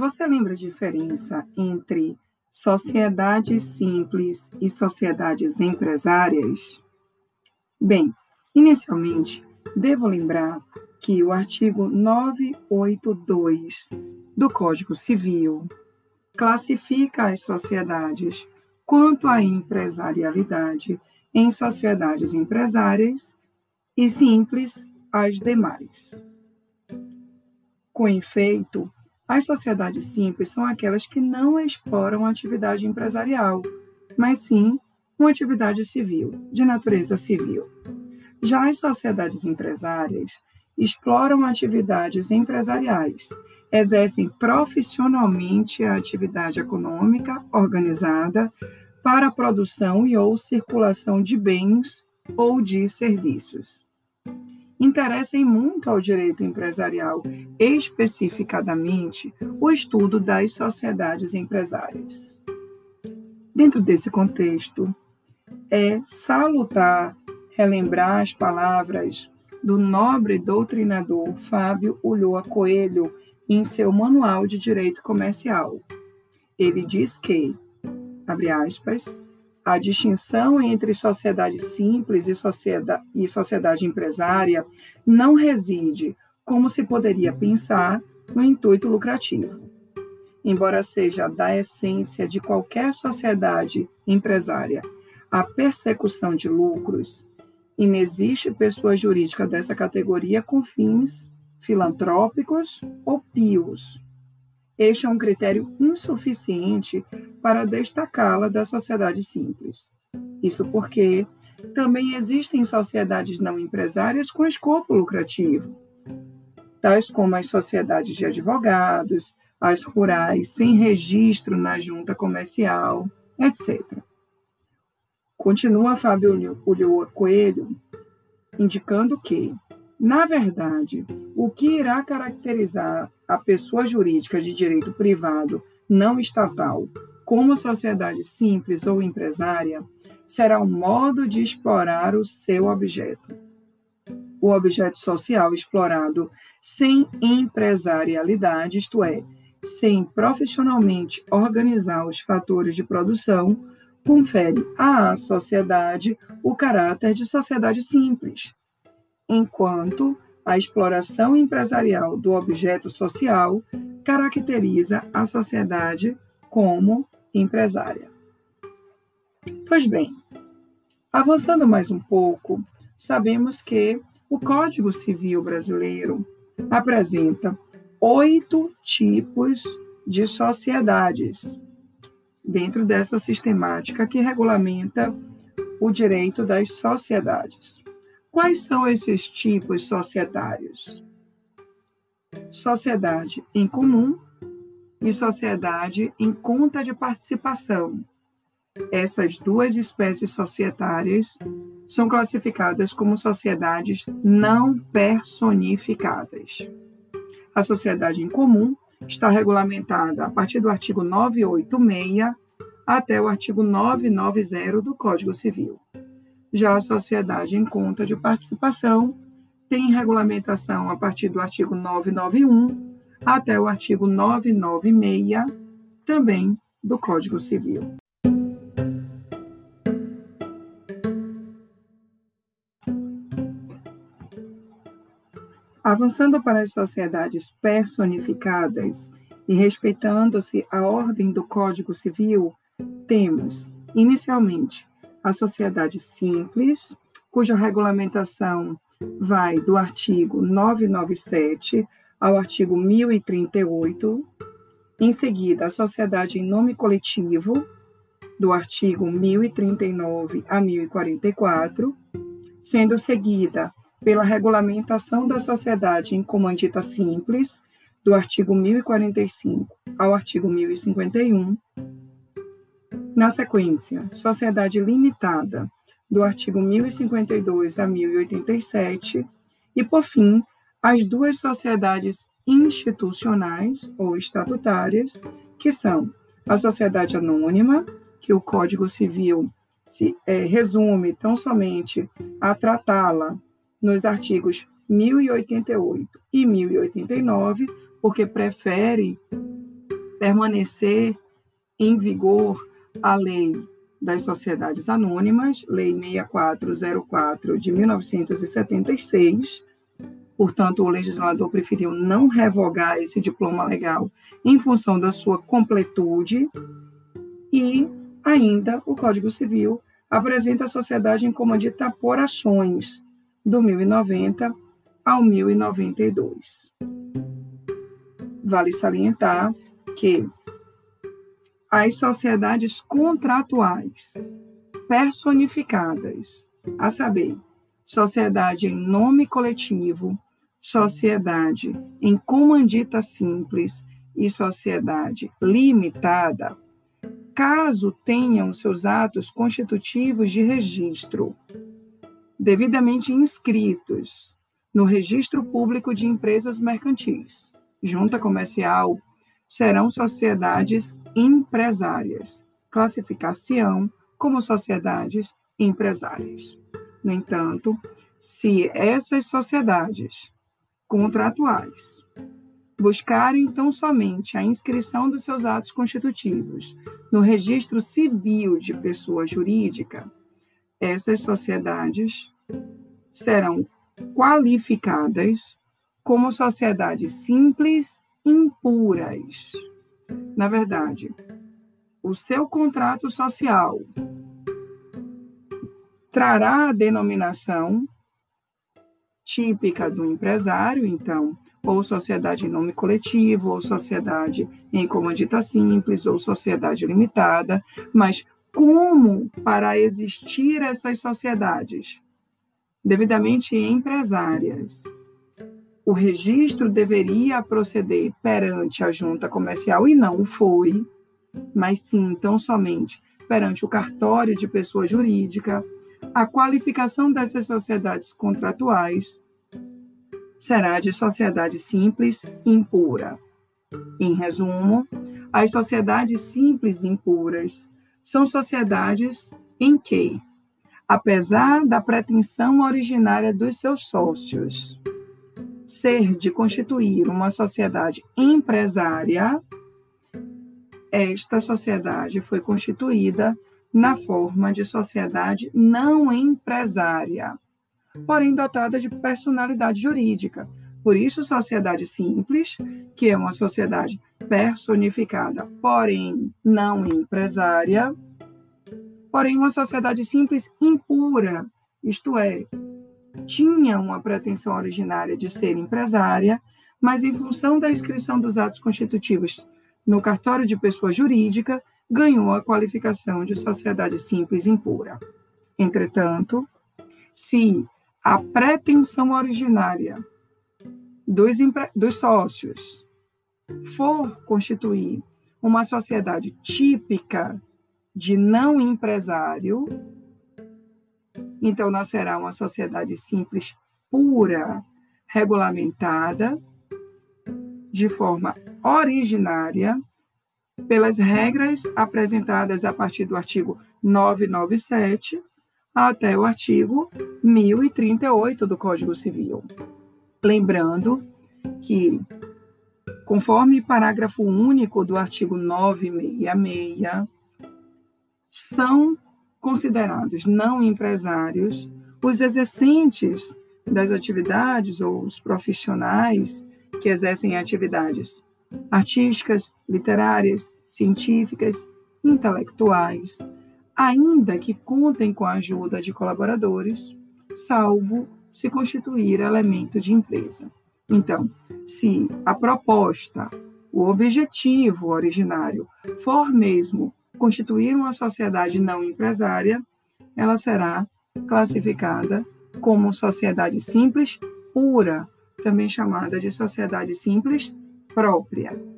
Você lembra a diferença entre sociedades simples e sociedades empresárias? Bem, inicialmente, devo lembrar que o artigo 982 do Código Civil classifica as sociedades quanto à empresarialidade em sociedades empresárias e simples as demais. Com efeito, as sociedades simples são aquelas que não exploram atividade empresarial, mas sim uma atividade civil, de natureza civil. Já as sociedades empresárias exploram atividades empresariais, exercem profissionalmente a atividade econômica organizada para a produção e ou circulação de bens ou de serviços. Interessem muito ao direito empresarial, especificadamente o estudo das sociedades empresárias. Dentro desse contexto, é salutar relembrar as palavras do nobre doutrinador Fábio Ulloa Coelho em seu Manual de Direito Comercial. Ele diz que, abre aspas, a distinção entre sociedade simples e sociedade empresária não reside, como se poderia pensar, no intuito lucrativo. Embora seja da essência de qualquer sociedade empresária a persecução de lucros, inexiste pessoa jurídica dessa categoria com fins filantrópicos ou pios. Este é um critério insuficiente para destacá-la da sociedade simples. Isso porque também existem sociedades não empresárias com escopo lucrativo, tais como as sociedades de advogados, as rurais sem registro na junta comercial, etc. Continua Fábio Ulloa Coelho, indicando que, na verdade, o que irá caracterizar a pessoa jurídica de direito privado não estatal como sociedade simples ou empresária será o modo de explorar o seu objeto. O objeto social explorado sem empresarialidade, isto é, sem profissionalmente organizar os fatores de produção, confere à sociedade o caráter de sociedade simples, enquanto a exploração empresarial do objeto social caracteriza a sociedade como empresária. Pois bem, avançando mais um pouco, sabemos que o Código Civil brasileiro apresenta 8 tipos de sociedades, dentro dessa sistemática que regulamenta o direito das sociedades. Quais são esses tipos societários? Sociedade em comum e sociedade em conta de participação. Essas duas espécies societárias são classificadas como sociedades não personificadas. A sociedade em comum está regulamentada a partir do artigo 986 até o artigo 990 do Código Civil. Já a sociedade em conta de participação tem regulamentação a partir do artigo 991 até o artigo 996, também do Código Civil. Avançando para as sociedades personificadas e respeitando-se a ordem do Código Civil, temos, inicialmente, a sociedade simples, cuja regulamentação vai do artigo 997 ao artigo 1038. Em seguida, a sociedade em nome coletivo, do artigo 1039 a 1044, sendo seguida pela regulamentação da sociedade em comandita simples, do artigo 1045 ao artigo 1051. Na sequência, sociedade limitada, do artigo 1052 a 1087, e, por fim, as duas sociedades institucionais ou estatutárias, que são a sociedade anônima, que o Código Civil resume tão somente a tratá-la nos artigos 1088 e 1089, porque prefere permanecer em vigor a Lei das Sociedades Anônimas, Lei 6404 de 1976. Portanto, o legislador preferiu não revogar esse diploma legal em função da sua completude. E ainda o Código Civil apresenta a sociedade em comandita por ações, do 1090 ao 1092. Vale salientar que as sociedades contratuais personificadas, a saber, sociedade em nome coletivo, sociedade em comandita simples e sociedade limitada, caso tenham seus atos constitutivos de registro devidamente inscritos no Registro Público de Empresas Mercantis, junta comercial, serão sociedades empresárias, classificar-se-ão como sociedades empresárias. No entanto, se essas sociedades contratuais buscarem tão somente a inscrição dos seus atos constitutivos no Registro Civil de Pessoa Jurídica, essas sociedades serão qualificadas como sociedades simples impuras. Na verdade, o seu contrato social trará a denominação típica do empresário, então, ou sociedade em nome coletivo, ou sociedade em comandita simples, ou sociedade limitada, mas como para existir essas sociedades devidamente empresárias, o registro deveria proceder perante a junta comercial e não foi, mas sim, tão somente perante o cartório de pessoa jurídica, a qualificação dessas sociedades contratuais será de sociedade simples impura. Em resumo, as sociedades simples impuras são sociedades em que, apesar da pretensão originária dos seus sócios ser de constituir uma sociedade empresária, esta sociedade foi constituída na forma de sociedade não empresária, porém dotada de personalidade jurídica. Por isso, sociedade simples, que é uma sociedade personificada, porém não empresária, porém uma sociedade simples impura, isto é, tinha uma pretensão originária de ser empresária, mas em função da inscrição dos atos constitutivos no cartório de pessoa jurídica, ganhou a qualificação de sociedade simples impura. Entretanto, se a pretensão originária dos sócios for constituir uma sociedade típica de não empresário, então nascerá uma sociedade simples pura, regulamentada, de forma originária, pelas regras apresentadas a partir do artigo 997 até o artigo 1038 do Código Civil. Lembrando que, conforme parágrafo único do artigo 966, são considerados não empresários os exercentes das atividades ou os profissionais que exercem atividades artísticas, literárias, científicas, intelectuais, ainda que contem com a ajuda de colaboradores, salvo se constituir elemento de empresa. Então, se a proposta, o objetivo originário for mesmo constituir uma sociedade não empresária, ela será classificada como sociedade simples pura, também chamada de sociedade simples própria.